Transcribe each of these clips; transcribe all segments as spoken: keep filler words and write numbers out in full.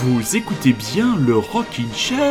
Vous écoutez bien le Rockin' Chair.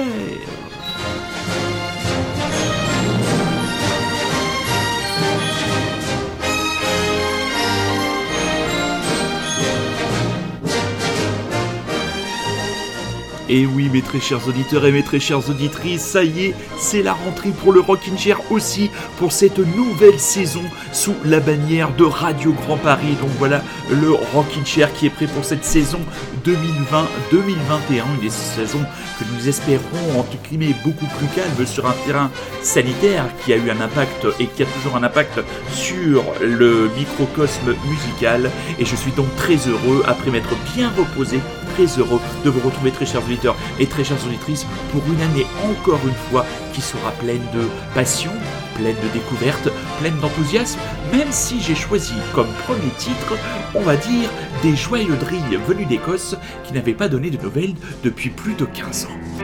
Et oui, mes très chers auditeurs et mes très chères auditrices, ça y est, c'est la rentrée pour le Rockin' Chair aussi, pour cette nouvelle saison sous la bannière de Radio Grand Paris. Donc voilà, le Rockin' Chair qui est prêt pour cette saison deux mille vingt deux mille vingt et un, une saison que nous espérons entre guillemets beaucoup plus calme sur un terrain sanitaire qui a eu un impact et qui a toujours un impact sur le microcosme musical. Et je suis donc très heureux, après m'être bien reposé, très heureux de vous retrouver, très chers auditeurs et très chères auditrices, pour une année encore une fois qui sera pleine de passion, pleine de découvertes, pleine d'enthousiasme, même si j'ai choisi comme premier titre, on va dire, des joyeuseries venues d'Écosse qui n'avaient pas donné de nouvelles depuis plus de quinze ans.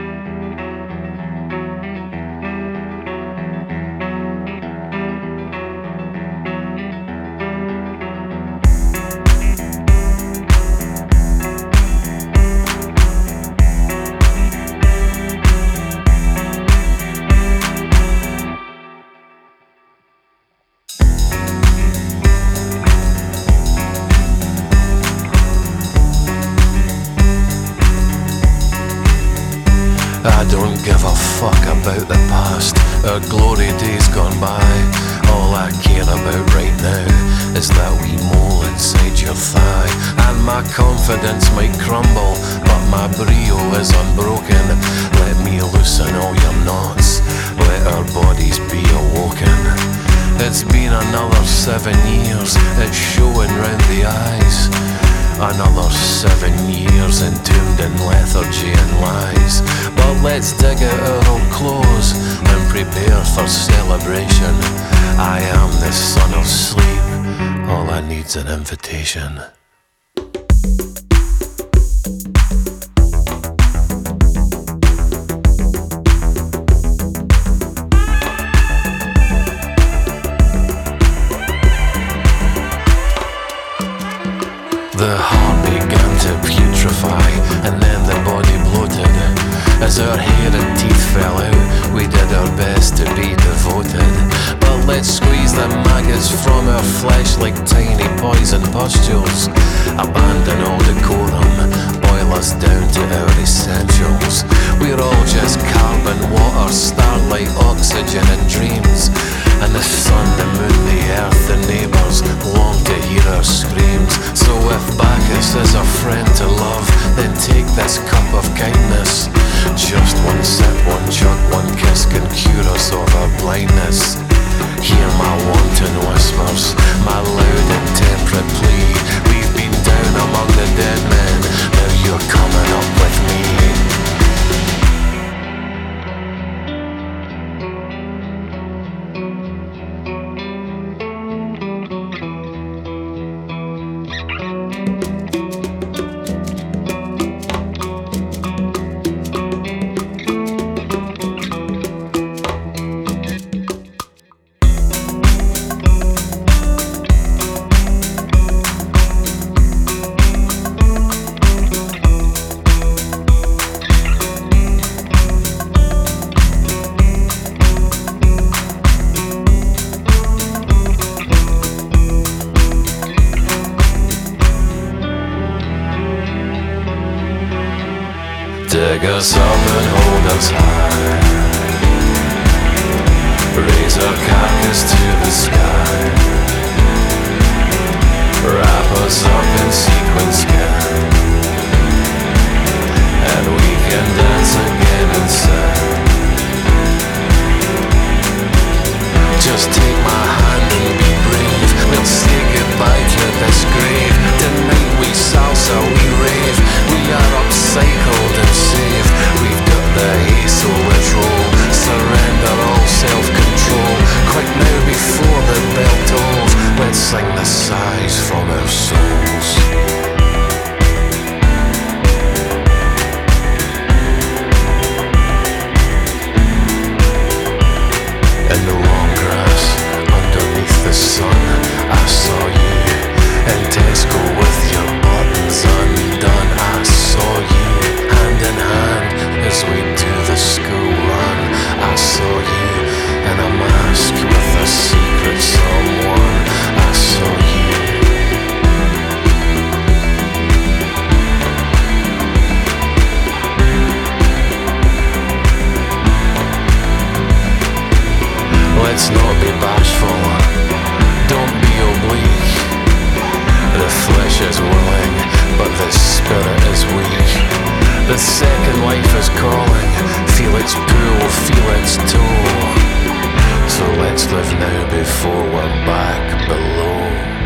I don't give a fuck about the past or glory days gone by. All I care about right now is that wee mole inside your thigh. And my confidence might crumble, but my brio is unbroken. Let me loosen all your knots, let our bodies be awoken. It's been another seven years, it's showing round the eyes. Another seven years entombed in lethargy and lies. But let's dig out our old clothes and prepare for celebration. I am the son of sleep, all I need's an invitation. The heart began to putrefy, and then the body bloated. As our hair and teeth fell out, we did our best to be devoted. But let's squeeze the maggots from our flesh like tiny poison pustules. Abandon all decorum, boil us down to our essentials. We're all just carbon, water, starlight, oxygen and dreams. And the sun, the moon, the earth, the neighbours long to hear our screams. So if Bacchus is a friend to love, then take this cup of kindness. Just one sip, one chug, one kiss can cure us of our blindness. Hear my wanton whispers, my loud intemperate plea. We've been down among the dead men, now you're coming up with me. Dig us up and hold us high, raise our carcass to the sky, wrap us up in sequin skin, and we can dance again inside. Just take my hand and be brave, we'll say goodbye to this grave. Tonight we salsa, we rave, we are upcycled and saved. We've got the haste, so let's roll, surrender all self-control. Quick now before the bell tolls, let's sing the sighs from our souls. In the long grass, before we're back below.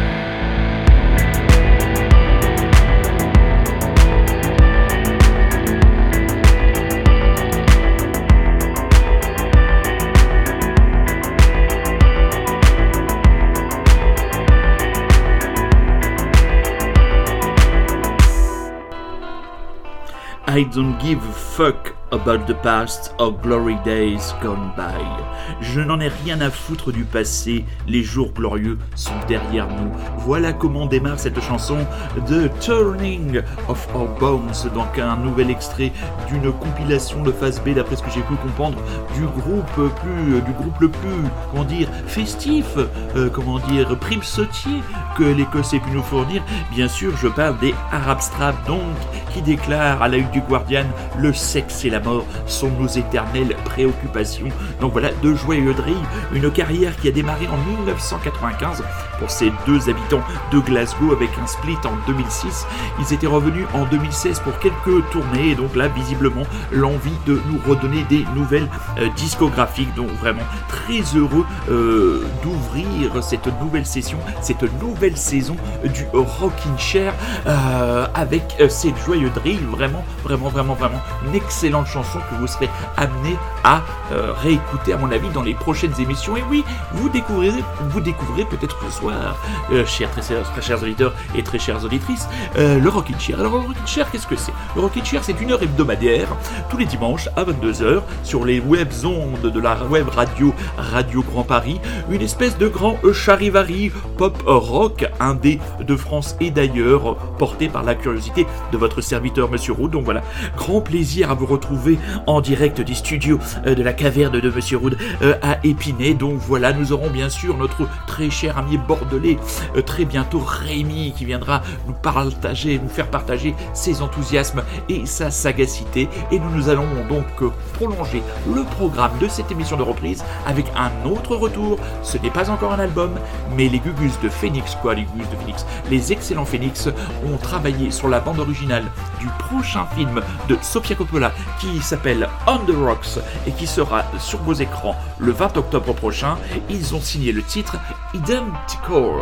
I don't give a fuck about the past or glory days gone by. Je n'en ai rien à foutre du passé, les jours glorieux sont derrière nous. Voilà comment démarre cette chanson de Turning of Our Bones, donc un nouvel extrait d'une compilation de phase B, d'après ce que j'ai pu comprendre, du groupe plus, du groupe le plus, comment dire, festif, euh, comment dire, prime sautier que l'Écosse ait pu nous fournir. Bien sûr, je parle des Arab Strap, donc, qui déclarent à la une du Guardian, le sexe et la mort sont nos éternelles préoccupations. Donc voilà, de joyeux drill, une carrière qui a démarré en dix-neuf cent quatre-vingt-quinze pour ces deux habitants de Glasgow avec un split en deux mille six. Ils étaient revenus en deux mille seize pour quelques tournées et donc là, visiblement, l'envie de nous redonner des nouvelles euh, discographiques. Donc vraiment très heureux euh, d'ouvrir cette nouvelle session, cette nouvelle saison du Rockin' Chair euh, avec euh, ces joyeux drill. Vraiment, vraiment, vraiment, vraiment une excellente chanson que vous serez amené à euh, réécouter à mon avis dans les prochaines émissions. Et oui, vous découvrirez, vous découvrez peut-être ce soir, euh, chers très, très chers auditeurs et très chères auditrices, euh, le Rockin' Chair. Alors le Rockin' Chair, qu'est-ce que c'est? Le Rockin' Chair, c'est une heure hebdomadaire tous les dimanches à vingt-deux heures sur les web ondes de la web radio Radio Grand Paris, une espèce de grand charivari pop rock indé de France et d'ailleurs, porté par la curiosité de votre serviteur Monsieur Roud. Donc voilà, grand plaisir à vous retrouver en direct des studios euh, de la caverne de Monsieur Roud euh, à Épinay. Donc voilà, nous aurons bien sûr notre très cher ami bordelais euh, très bientôt, Rémi, qui viendra nous partager, nous faire partager ses enthousiasmes et sa sagacité. Et nous nous allons donc euh, prolonger le programme de cette émission de reprise avec un autre retour. Ce n'est pas encore un album, mais les Gugus de Phoenix, quoi, les Gugus de Phoenix, les excellents Phoenix ont travaillé sur la bande originale du prochain film de Sofia Coppola qui s'appelle On the Rocks et qui sera sur vos écrans le vingt octobre prochain. Ils ont signé le titre Identical.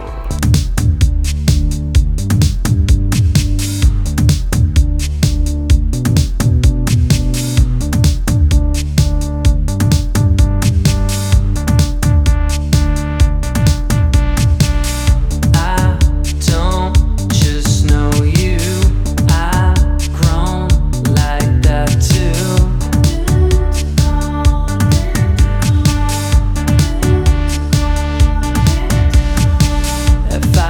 If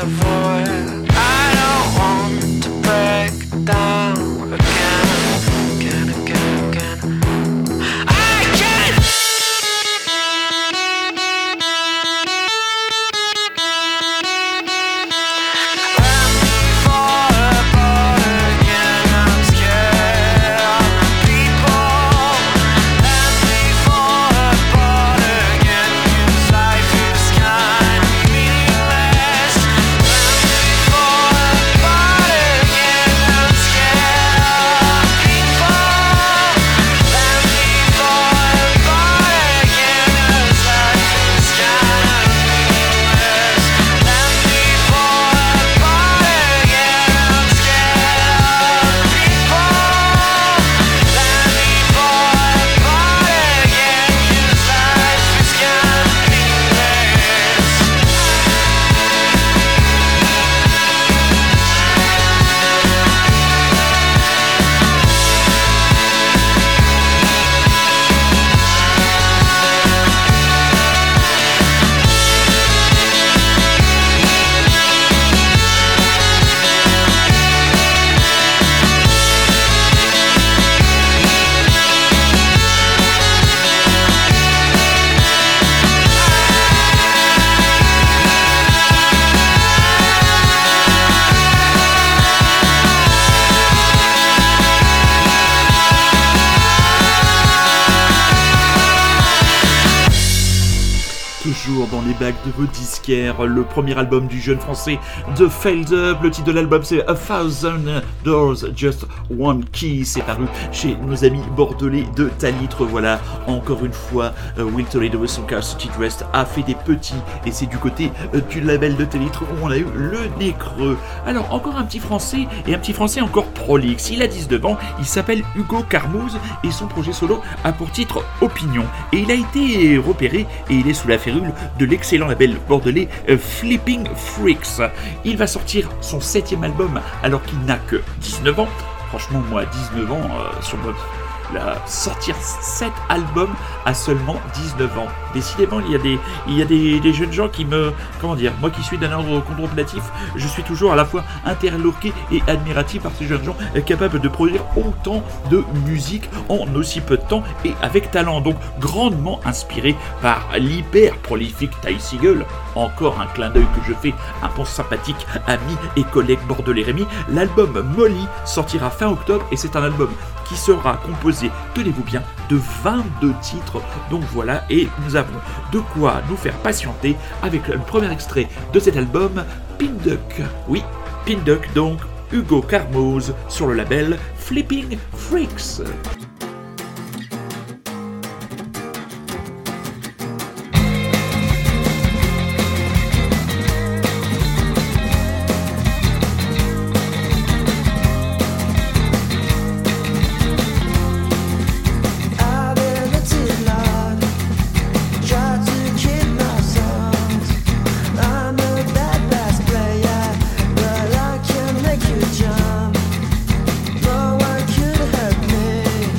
avoid. I don't want to break down again, again, again, again. I can't. Let me fall apart again. I'm scared of the people. Let me fall apart again. 'Cause life is kind of meaningless. Let me fall apart again. I'm scared of people. Let me fall apart again. 'Cause life is kind of meaningless. Let me fall apart again. I'm scared of people. Let me fall apart again. 'Cause life is kind of meaningless. Toujours dans les bacs de vos disquaires, le premier album du jeune français The Failed Up. Le titre de l'album c'est A Thousand Doors, Just One Key. C'est paru chez nos amis bordelais de Talitre. Voilà, encore une fois, euh, Will Toledo et son Car City Dressed a fait des petits, et c'est du côté euh, du label de Talitre où on a eu le nez creux. Alors, encore un petit français, et un petit français encore prolixe. Il a dix-neuf ans, il s'appelle Hugo Carmouze, et son projet solo a pour titre Opinion. Et il a été repéré, et il est sous la férule de l'excellent label bordelais euh, Flipping Freaks. Il va sortir son septième album alors qu'il n'a que dix-neuf ans. Franchement, moi, à dix-neuf ans, euh, sur le... La, sortir sept albums à seulement dix-neuf ans. Décidément, il y a des, il y a des, des jeunes gens qui me... Comment dire, moi qui suis d'un ordre contemplatif, je suis toujours à la fois interloqué et admiratif par ces jeunes gens euh, capables de produire autant de musique en aussi peu de temps et avec talent. Donc, grandement inspiré par l'hyper prolifique Ty Segall. Encore un clin d'œil que je fais à mon sympathique ami et collègue bordelais Rémi. L'album Molly sortira fin octobre et c'est un album qui sera composé, tenez-vous bien, de vingt-deux titres. Donc voilà, et nous avons de quoi nous faire patienter avec le premier extrait de cet album, Pinduck. Oui, Pinduck, donc Hugo Carmouze sur le label Flipping Freaks. Make you jump, no one could hurt me.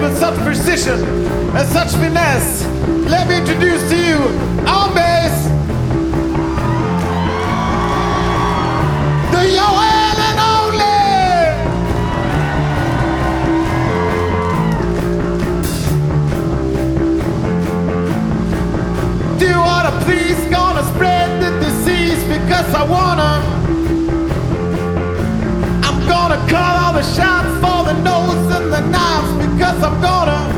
with such precision and such finesse. Let me introduce to you on bass, the Yoel and only. Do you wanna please gonna spread the disease because I wanna. I'm gonna call all the shots for the nose and the knives because I'm gonna.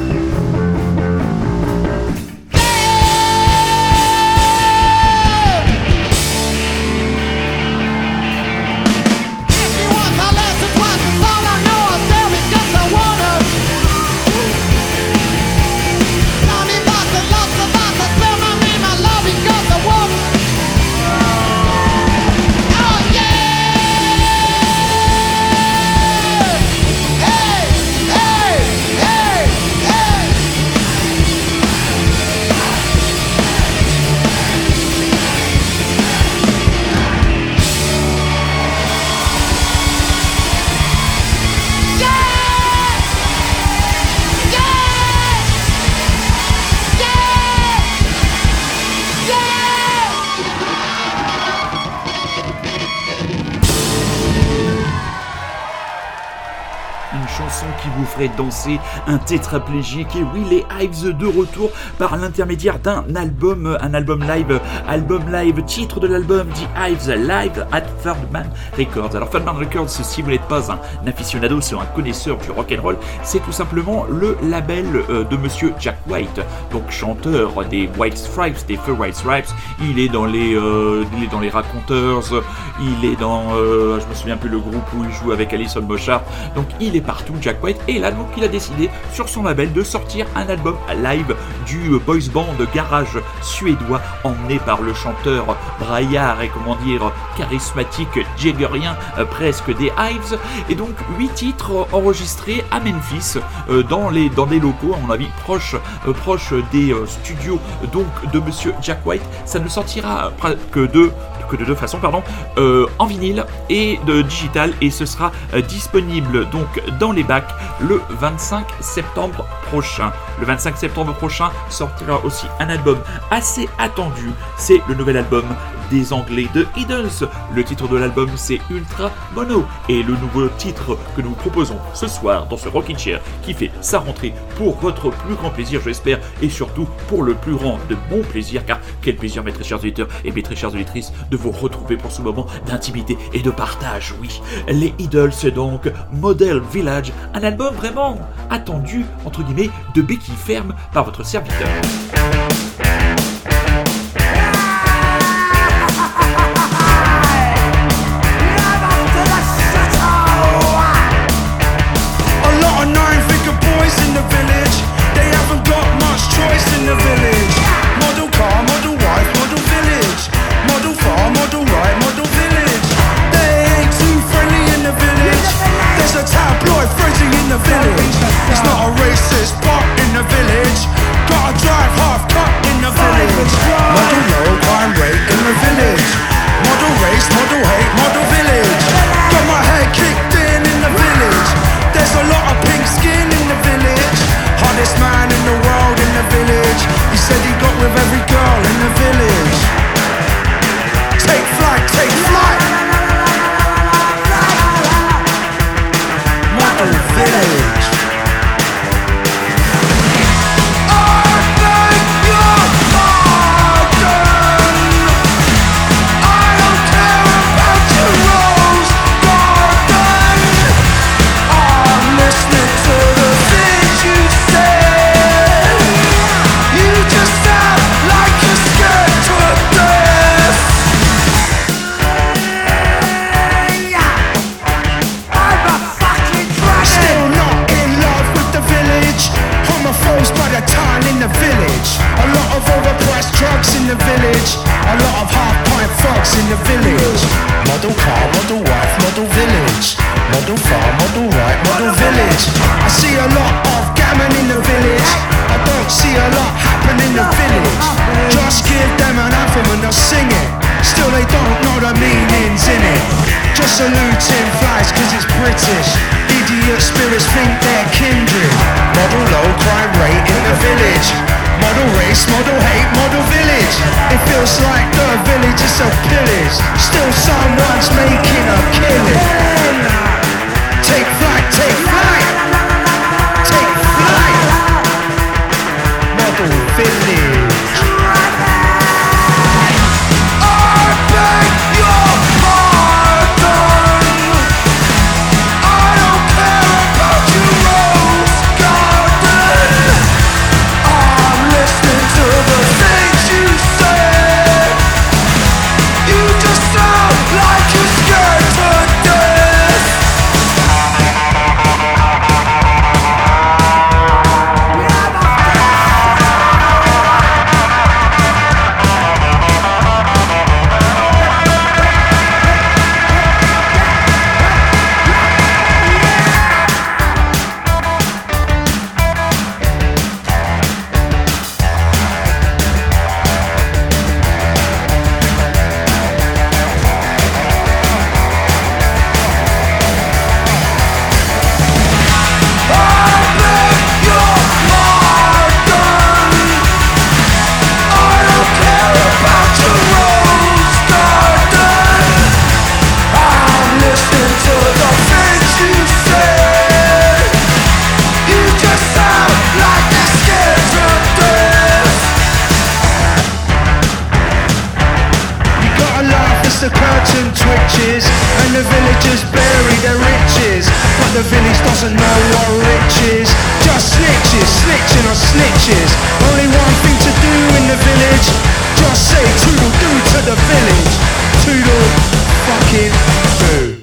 Qui vous ferait danser un tétraplégique. Et oui, les Hives de retour par l'intermédiaire d'un album, un album live, album live, titre de l'album The Hives Live at Third Man Records. Alors Third Man Records, si vous n'êtes pas un aficionado, c'est un connaisseur du rock'n'roll, c'est tout simplement le label euh, de Monsieur Jack White, donc chanteur des White Stripes, des Fur White Stripes. Il est dans les, euh, il est dans les Raconteurs, il est dans, euh, je me souviens plus le groupe où il joue avec Alison Bochard. Donc il est partout, Jack White. Et là, donc, il a décidé sur son label de sortir un album live du boys band garage suédois emmené par le chanteur braillard et comment dire charismatique jaggerien euh, presque des Hives. Et donc huit titres enregistrés à Memphis euh, dans les dans des locaux à mon avis proches euh, proches des euh, studios donc de Monsieur Jack White. Ça ne sortira que de que de deux façons pardon euh, en vinyle et de digital, et ce sera euh, disponible donc dans les bacs le vingt-cinq septembre prochain. Le vingt-cinq septembre prochain sortira aussi un album assez attendu, c'est le nouvel album des Anglais de Idols. Le titre de l'album c'est Ultra Mono, et le nouveau titre que nous vous proposons ce soir dans ce Rockin' Chair qui fait sa rentrée pour votre plus grand plaisir j'espère, et surtout pour le plus grand de mon plaisir, car quel plaisir mes très chers auditeurs et mes très chères auditrices de vous retrouver pour ce moment d'intimité et de partage. Oui, les Idols donc, Model Village, un album vraiment attendu entre guillemets de béquille ferme par votre serviteur. It's not a racist part in the village. Gotta drive half cut in the village. Model low, crime rate in the village. Model race, model hate, model village. Got my head kicked in in the village. There's a lot of pink skin in the village. Hardest man in the world in the village. He said he got with every girl in the village. Take flight, take flight. Model village. Drugs in the village, a lot of half-pint thugs in the village. Model car, model wife, model village. Model farm, model right, model village. I see a lot of gammon in the village. I don't see a lot happen in the village. Just give them an anthem and they'll sing it. Still they don't know the meanings in it. Just saluting flies cause it's British. Idiot spirits think they're kindred. race, model hate, model village. It feels like the village is so pillaged. Still someone's making a killing. Take flight, take flight. Take flight. Model village. The curtain twitches and the villagers bury their riches, but the village doesn't know what rich is. Just snitches, snitching on snitches. Only one thing to do in the village, just say toodle-doo to the village. Toodle fucking doo.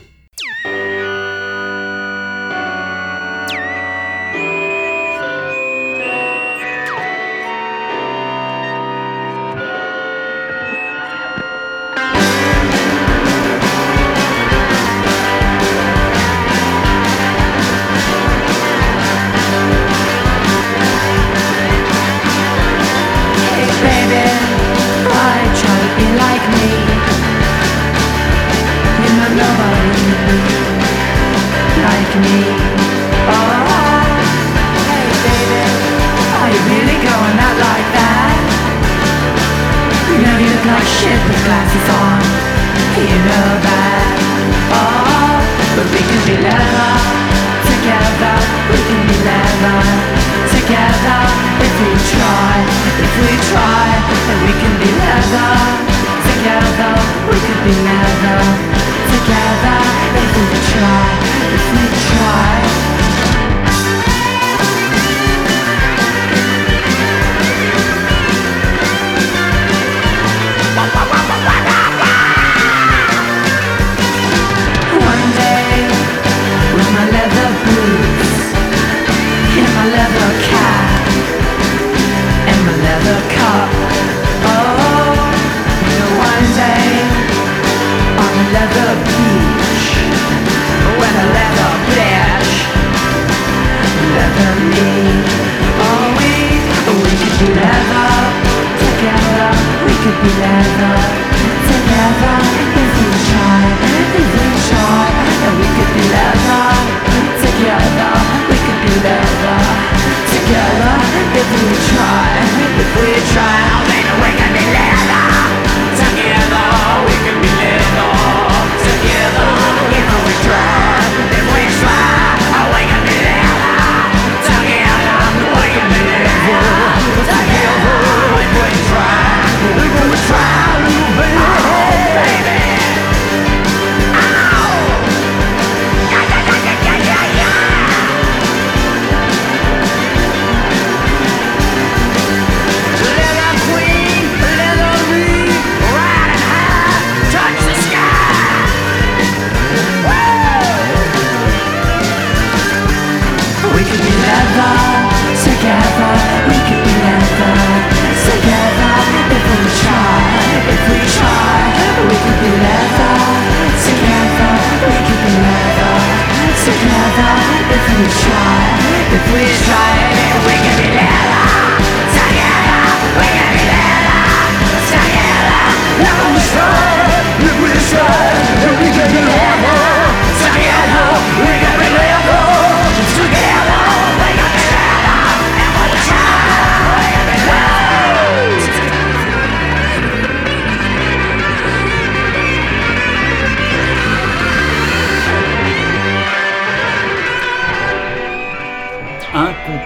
Queen.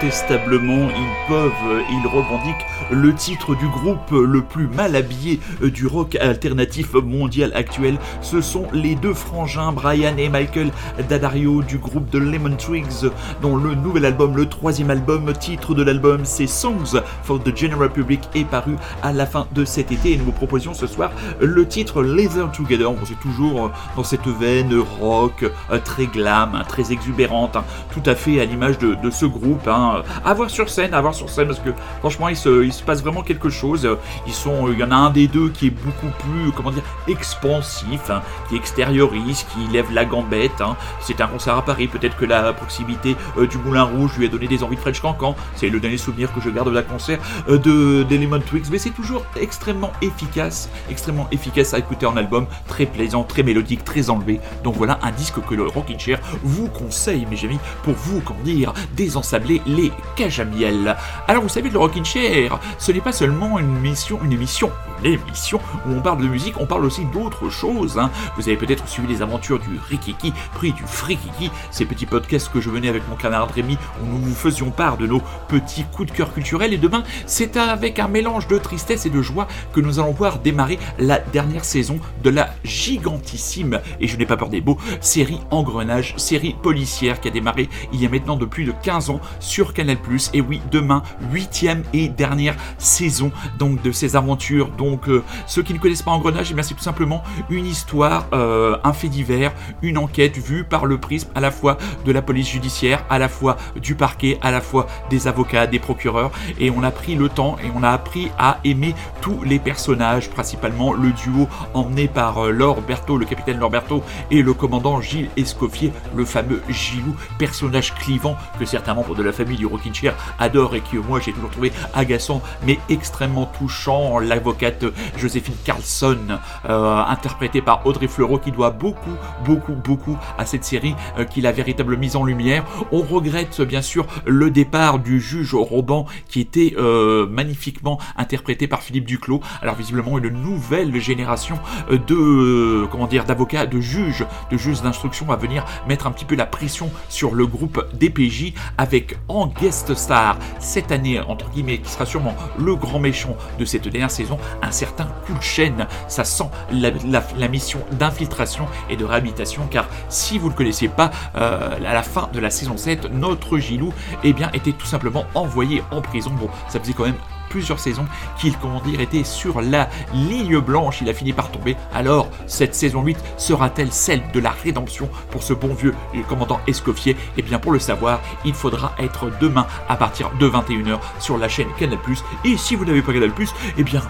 incontestablement, ils peuvent, ils revendiquent le titre du groupe le plus mal habillé du rock alternatif mondial actuel. Ce sont les deux frangins Brian et Michael D'Addario du groupe de Lemon Twigs, dont le nouvel album, le troisième album, titre de l'album, c'est Songs for the General Public, est paru à la fin de cet été. Et nous vous proposions ce soir le titre Leather Together. Bon, c'est toujours dans cette veine rock, très glam, très exubérante, hein, tout à fait à l'image de, de ce groupe. Hein. À voir sur scène, à voir sur scène, parce que franchement, il se, il se passe vraiment quelque chose. Ils sont, il y en a un des deux qui est beaucoup plus, comment dire, expansif, hein, qui extériorise, qui lève la gambette. Hein. C'est un concert à Paris, peut-être que la proximité euh, du Moulin Rouge lui a donné des envies de French Cancan. C'est le dernier souvenir que je garde de la concert euh, de, des Lemon Twigs, mais c'est toujours extrêmement efficace, extrêmement efficace à écouter en album, très plaisant, très mélodique, très enlevé. Donc voilà un disque que le Rockin' Chair vous conseille, mes amis, pour vous, comment dire, désensabler les cages à miel. Alors vous savez que le Rockin' Chair, ce n'est pas seulement une émission, une émission, une émission où on parle de musique, on parle aussi d'autres choses. Hein. Vous avez peut-être suivi les aventures du Rikiki, puis du Frikiki, ces petits podcasts que je menais avec mon camarade Rémi, où nous vous faisions part de nos petits coups de cœur culturels. Et demain, c'est avec un mélange de tristesse et de joie que nous allons voir démarrer la dernière saison de la gigantissime, et je n'ai pas peur des mots, série Engrenage, série policière qui a démarré il y a maintenant de plus de quinze ans sur Canal plus. Et oui, demain, huitième et dernière saison donc de ces aventures. Donc euh, ceux qui ne connaissent pas Engrenage, eh bien, c'est tout simplement une histoire, euh, un fait divers, une enquête vue par le prisme à la fois de la police judiciaire, à la fois du parquet, à la fois des avocats, des procureurs, et on a pris le temps et on a appris à aimer tous les personnages, principalement le duo emmené par euh, Laure Berthaud, le capitaine Laure Berthaud, et le commandant Gilles Escoffier, le fameux Gilou, personnage clivant que certains membres de la famille du Rockin' Chair adorent et que moi j'ai toujours trouvé agaçant mais extrêmement touchant. L'avocate Joséphine Carlson, euh, interprétée par Audrey Fleurot, qui doit beaucoup, beaucoup, beaucoup à cette série euh, qui l'a véritablement mise en lumière. On regrette bien sûr le départ du juge Roban, qui était euh, magnifiquement interprété par Philippe Duclos. Alors visiblement une nouvelle génération de euh, comment dire d'avocats, de juges, de juges d'instruction va venir mettre un petit peu la pression sur le groupe D P J, avec en guest star cette année entre guillemets, qui sera sûrement le grand méchant de cette dernière saison, un certain Kulchen. Ça sent la, la, la mission d'infiltration et de réhabilitation, car si vous ne le connaissiez pas, euh, à la fin de la saison sept, notre Gilou eh bien, était tout simplement envoyé en prison. Bon, ça faisait quand même plusieurs saisons qu'il, comment dire, était sur la ligne blanche. Il a fini par tomber. Alors, cette saison huit sera-t-elle celle de la rédemption pour ce bon vieux commandant Escoffier? Eh bien, pour le savoir, il faudra être demain à partir de vingt et une heures sur la chaîne Canal plus. Et si vous n'avez pas Canal plus, eh bien,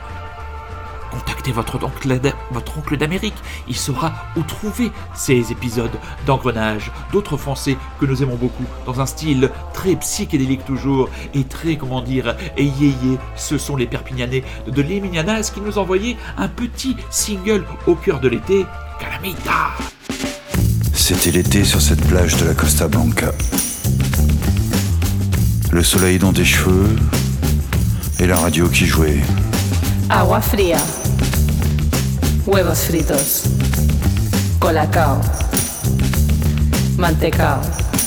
contactez votre oncle, votre oncle d'Amérique. Il saura où trouver ces épisodes d'Engrenage, d'autres Français que nous aimons beaucoup, dans un style très psychédélique toujours, et très, comment dire, et yéyé. Ce sont les Perpignanais de Les Mignanas qui nous envoyaient un petit single au cœur de l'été, Calamita. C'était l'été sur cette plage de la Costa Blanca. Le soleil dans tes cheveux et la radio qui jouait. Agua fría, huevos fritos, colacao, mantecao.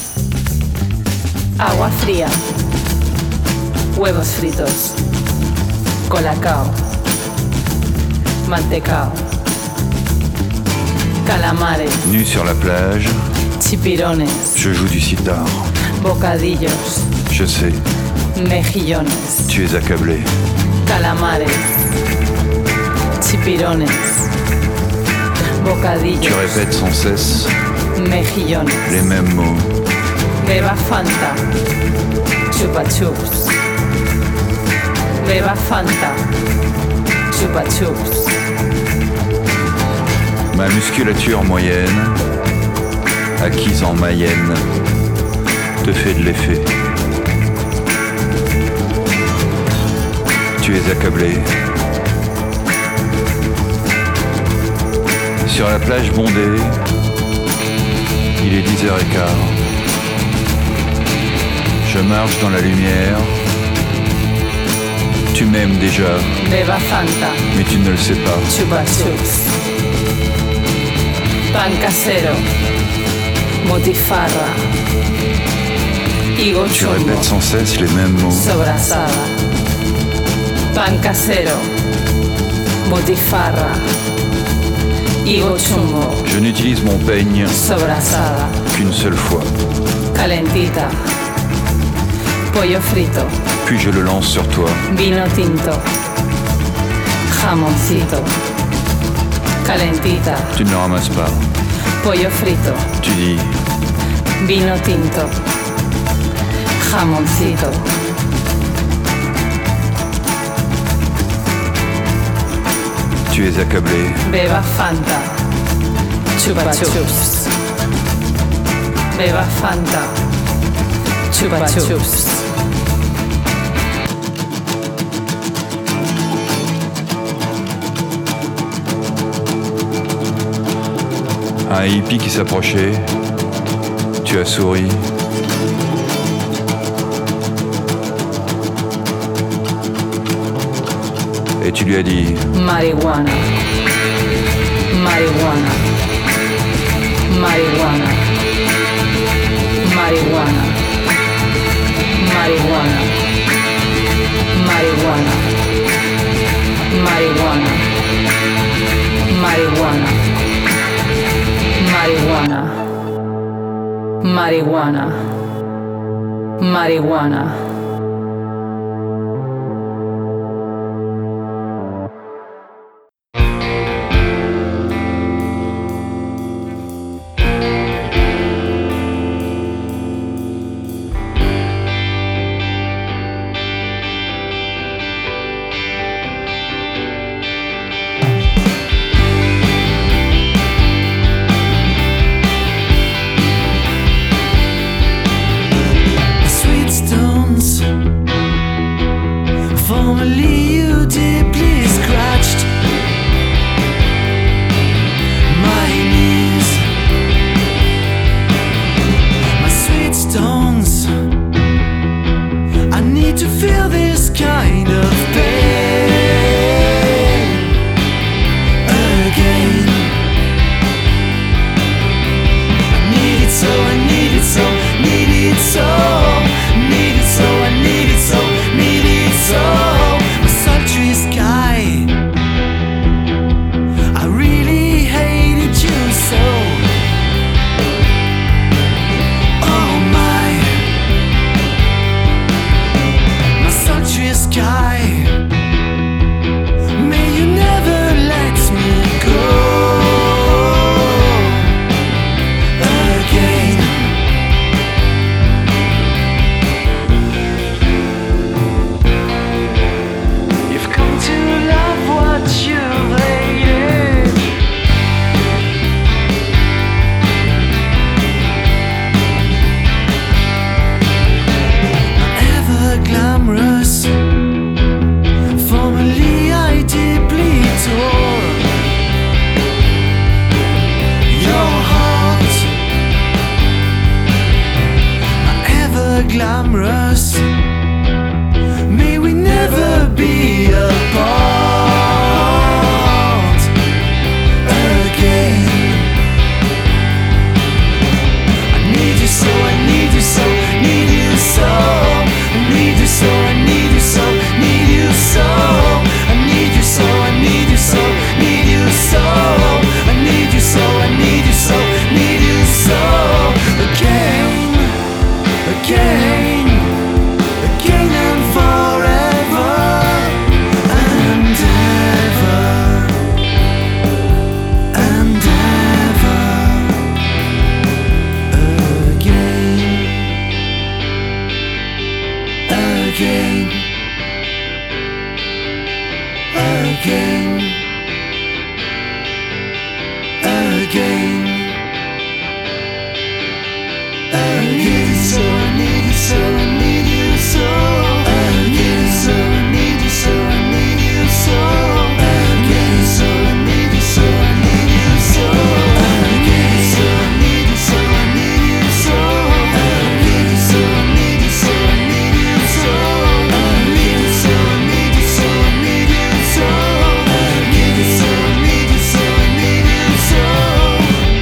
Agua fría, huevos fritos, colacao, mantecao, calamares. Nu sur la plage, chipirones, je joue du sitar. Bocadillos, Je sais, mejillones, tu es accablé. calamares, chipirones, bocadillos, Tu répètes sans cesse mejillones, les mêmes mots. beba Fanta, chupa chups, beba Fanta, chupa chups, Ma musculature moyenne, acquise en Mayenne, te fait de l'effet. Tu es accablé. Sur la plage bondée, il est dix heures quinze. Je marche dans la lumière. Tu m'aimes déjà, beba Fanta, mais tu ne le sais pas. chupa chups, pan casero, motifarra, Higo Tu chumbo. répètes sans cesse les mêmes mots. Sobrasada. Pan casero. Botifarra. Higo chumbo. Je n'utilise mon peigne Sobrasada. qu'une seule fois, Calentita. Pollo frito. puis je le lance sur toi. Vino tinto. Jamoncito. Calentita. Tu ne le ramasses pas. Pollo frito. Tu dis, Vino tinto. Jamoncito. tu es accablé. Beba Fanta. Chupa chups. Beba Fanta. Chupa chups. Un hippie qui s'approchait, tu as souri. Et tu lui as dit, Marihuana. Marihuana. Marihuana. Marihuana. Marihuana. Marihuana. Marihuana. Marihuana. Marihuana. Marihuana. Marihuana. Sweet stones, formerly you deeply scratched my knees. My sweet stones, I need to feel this kind of pain again. I need it so, I need it so, need it so, need it so, I need it so, need it so. A sultry sky, I really hated you so. Oh my, my sultry sky, may you never let me go again. You've come to love what you've hated. Ever glamorous, formerly I deeply tore your heart. Ever glamorous, may we never be apart again. I need you so, I need you so, need you so. I need you so, I need you so, need you so. I need you so, I need you so, need you so. I need you so, I need you so, need you so. Again, again, again and forever and ever and ever again, again, again, again. I need you so, I need you so, I need you so. I need you so, I need you so, I need you so. I need you so, I need you so, I need you so. I need you so, I need you so, I need you so. I need you so, I need you so, I need you so. I need you so, I need you so, I need you so. I need you so, I need you so, I need you so.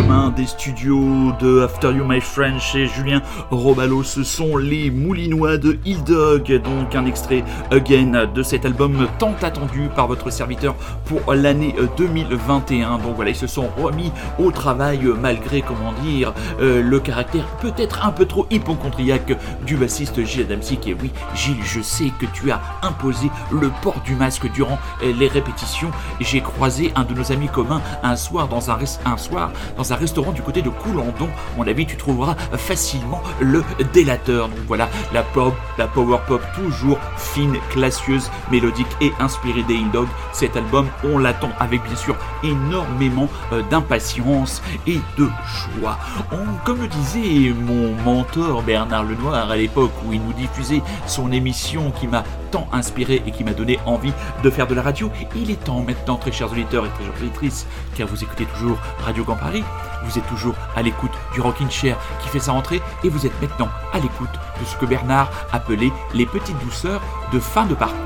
chemin des studios de After You My Friend chez Julien Robalo. Ce sont les Moulinois de Hill Dog, donc un extrait Again de cet album tant attendu par votre serviteur pour l'année deux mille vingt et un. Donc voilà, ils se sont remis au travail malgré, comment dire, euh, le caractère peut-être un peu trop hypochondriaque du bassiste Gilles Adamczyk. Et oui, Gilles, je sais que tu as imposé le port du masque durant les répétitions. J'ai croisé un de nos amis communs un soir dans un, res- un soir dans un restaurant du côté de Coulandon. À mon avis, tu trouveras facilement le délateur. Donc voilà, la pop, la power pop toujours fine, classieuse, mélodique et inspirée des Hill Dog. Cet album, on l'attend avec bien sûr énormément euh, d'impatience et de joie. On, comme le disait mon mentor Bernard Lenoir à l'époque où il nous diffusait son émission qui m'a tant inspiré et qui m'a donné envie de faire de la radio, il est temps maintenant, très chers auditeurs et très chères auditrices, car vous écoutez toujours Radio Grand Paris, vous êtes toujours à l'écoute du Rockin' Chair qui fait sa rentrée et vous êtes maintenant à l'écoute de ce que Bernard appelait les petites douceurs de fin de parcours.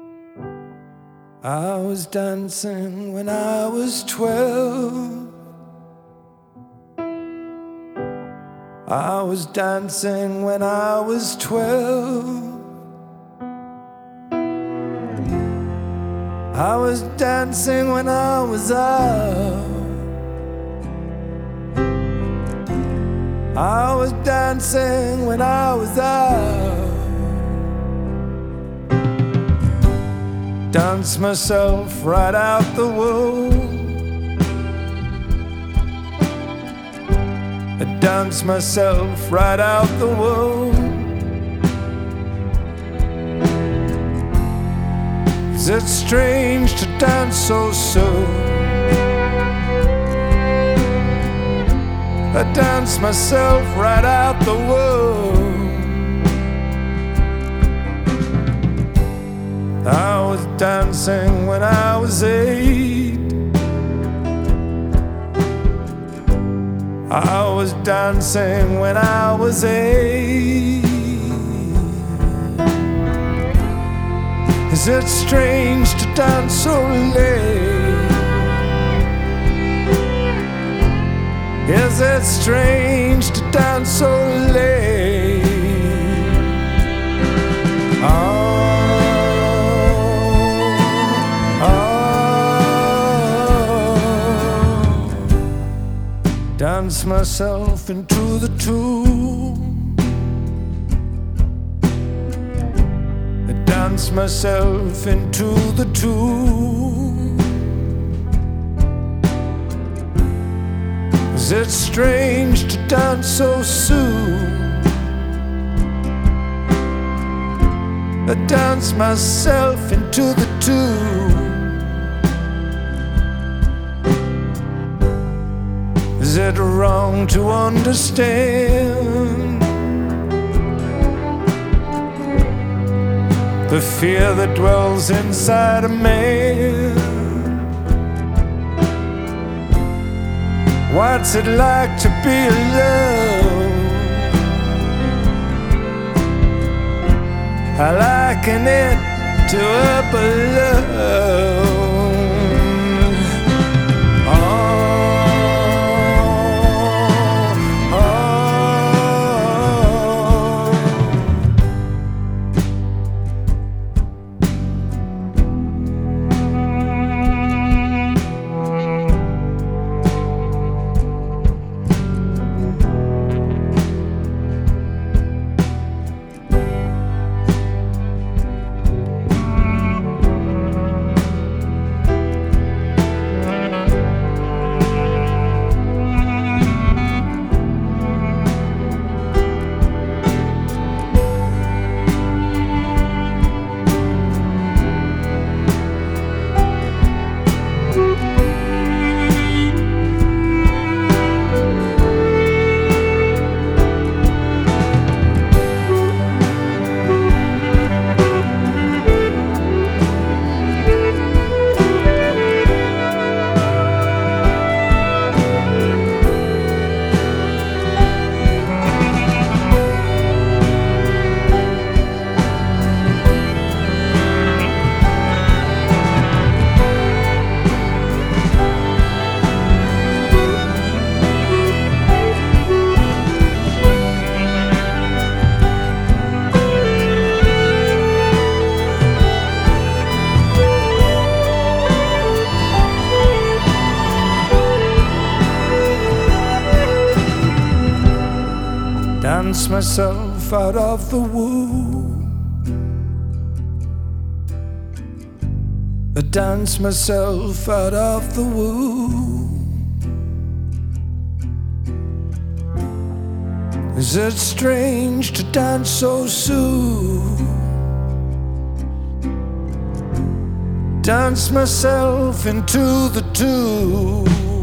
I was dancing when I was twelve. I was dancing when I was twelve. I was dancing when I was out. I was dancing when I was out. Dance myself right out the womb. I dance myself right out the womb. Is it strange to dance so soon? I dance myself right out the womb. I was dancing when I was eight. I was dancing when I was eight. Is it strange to dance so late? Is it strange to dance so late? Oh, oh. Dance myself into the tomb. I dance myself into the tomb. Is it strange to dance so soon? I dance myself into the tomb. Is it wrong to understand the fear that dwells inside a man? What's it like to be alone? I liken it to a balloon. Oh, oh. dance myself out of the womb. I dance myself out of the womb. Is it strange to dance so soon? Dance myself into the tomb.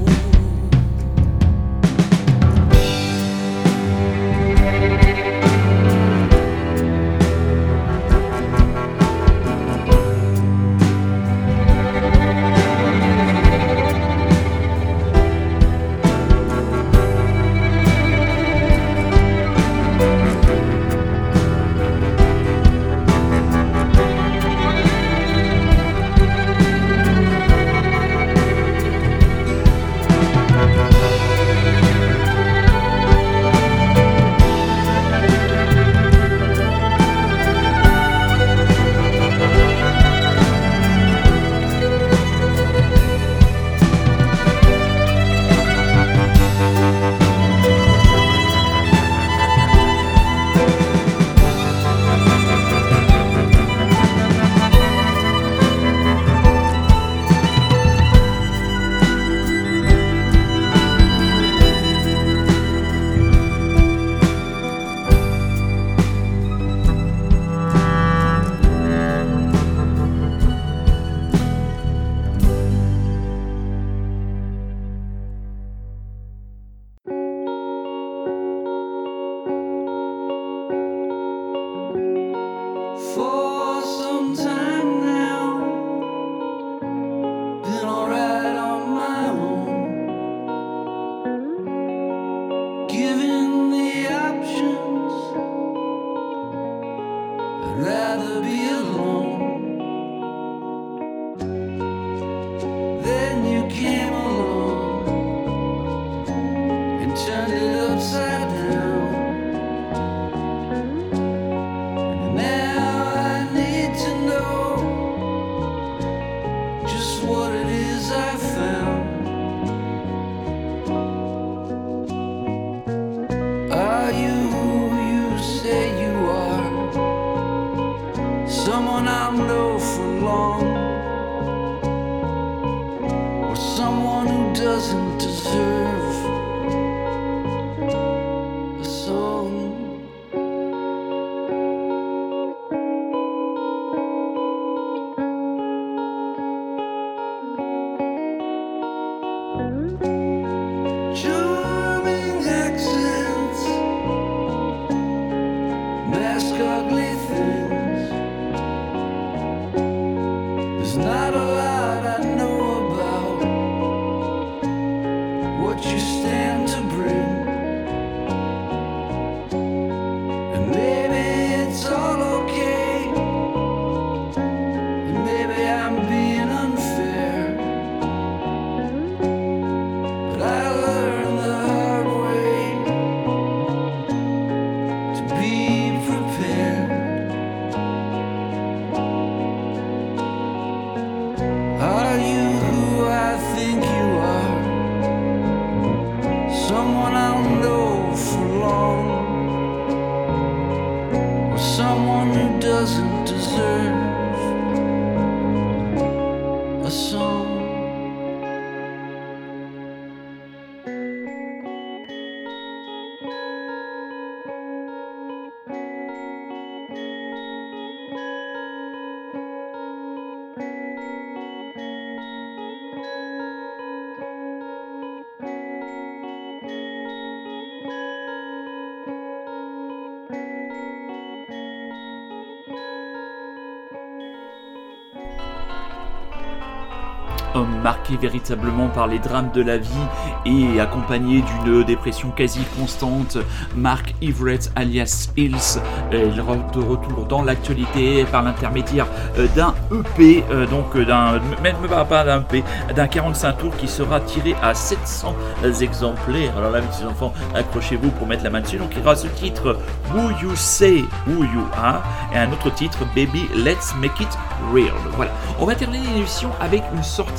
Homme marqué véritablement par les drames de la vie et accompagné d'une dépression quasi constante, Mark Everett alias Hills, il est de retour dans l'actualité par l'intermédiaire d'un E P, donc d'un, même pas d'un E P, d'un quarante-cinq tours qui sera tiré à sept cents exemplaires. Alors là, mes petits enfants, accrochez-vous pour mettre la main dessus. Donc il y aura ce titre Who You Say Who You Are et un autre titre Baby Let's Make It Real. Voilà, on va terminer l'émission avec une sortie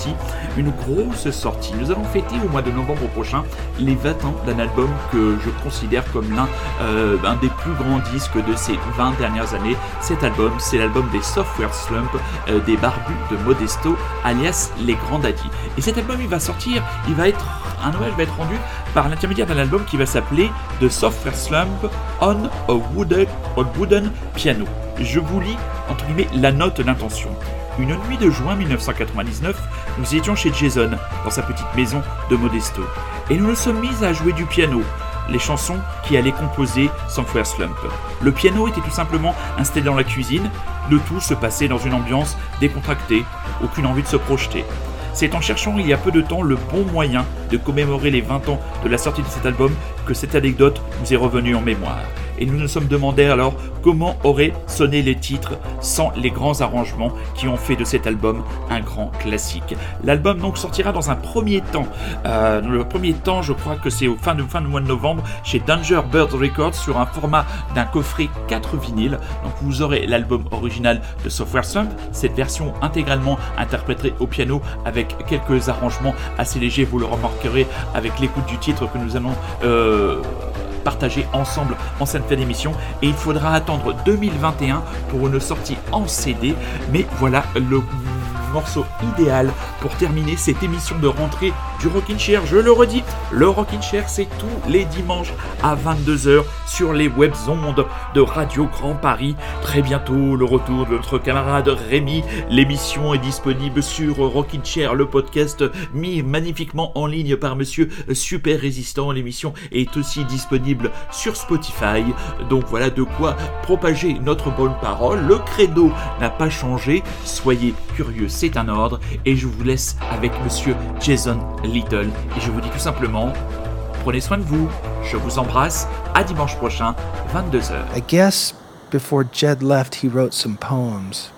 aussi une grosse sortie. Nous allons fêter au mois de novembre prochain les vingt ans d'un album que je considère comme l'un euh, un des plus grands disques de ces vingt dernières années. Cet album, c'est l'album des Software Slump, euh, des barbus de Modesto, alias les Grands Daddy. Et cet album, il va sortir, il va être, un hommage va être rendu par l'intermédiaire d'un album qui va s'appeler The Software Slump on a Wooden, a wooden Piano. Je vous lis, entre guillemets, la note d'intention. Une nuit de juin dix-neuf cent quatre-vingt-dix-neuf, nous étions chez Jason, dans sa petite maison de Modesto, et nous nous sommes mis à jouer du piano, les chansons qui allaient composer Software Slump. Le piano était tout simplement installé dans la cuisine, le tout se passait dans une ambiance décontractée, aucune envie de se projeter. C'est en cherchant il y a peu de temps le bon moyen de commémorer les vingt ans de la sortie de cet album que cette anecdote nous est revenue en mémoire. Et nous nous sommes demandé alors comment auraient sonné les titres sans les grands arrangements qui ont fait de cet album un grand classique. L'album donc sortira dans un premier temps. Euh, dans le premier temps, je crois que c'est au fin de fin du mois de novembre chez Danger Bird Records sur un format d'un coffret quatre vinyles. Donc vous aurez l'album original de Software Slump, cette version intégralement interprétée au piano avec quelques arrangements assez légers. Vous le remarquerez avec l'écoute du titre que nous allons euh, partager ensemble en cette fin d'émission, et il faudra attendre deux mille vingt et un pour une sortie en C D, mais voilà le morceau idéal pour terminer cette émission de rentrée du Rockin' Chair. Je le redis, le Rockin' Chair, c'est tous les dimanches à vingt-deux heures sur les web ondes de Radio Grand Paris. Très bientôt, le retour de notre camarade Rémi. L'émission est disponible sur Rockin' Chair, le podcast mis magnifiquement en ligne par Monsieur Super Résistant. L'émission est aussi disponible sur Spotify. Donc voilà de quoi propager notre bonne parole. Le credo n'a pas changé. Soyez curieux, c'est un ordre. Et je vous laisse avec Monsieur Jason Little. Et je vous dis tout simplement, prenez soin de vous. Je vous embrasse. À dimanche prochain, vingt-deux heures. I guess before Jed left, he wrote some poems.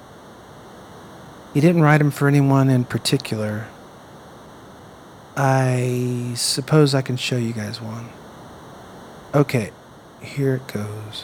He didn't write them for anyone in particular. I suppose I can show you guys one. Okay, here it goes.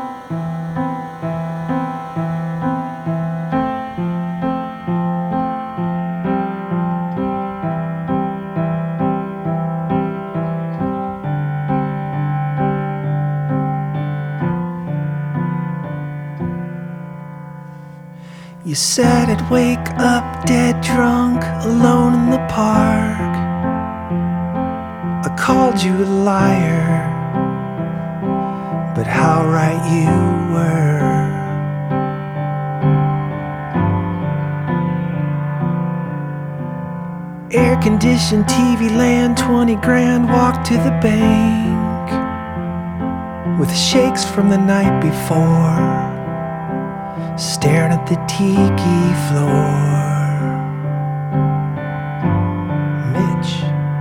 You said I'd wake up dead drunk, alone in the park. I called you a liar, but how right you were. Air-conditioned T V land, twenty grand, walk to the bank with shakes from the night before, staring at the tiki floor. Mitch.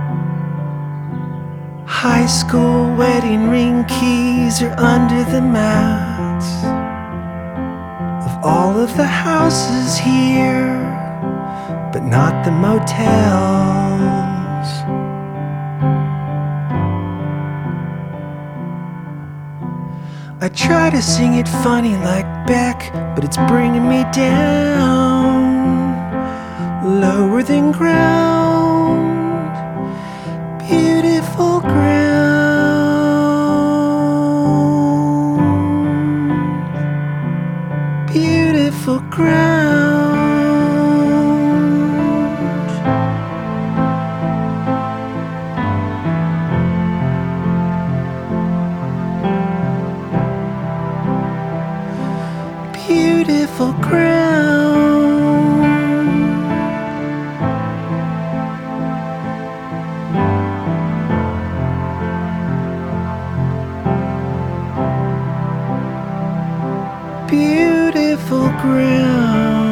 High school wedding ring keys are under the mats of all of the houses here, but not the motels. I try to sing it funny like Beck, but it's bringing me down, lower than ground, beautiful ground, beautiful ground. Beautiful ground. Beautiful ground.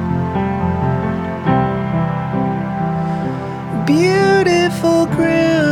Beautiful ground.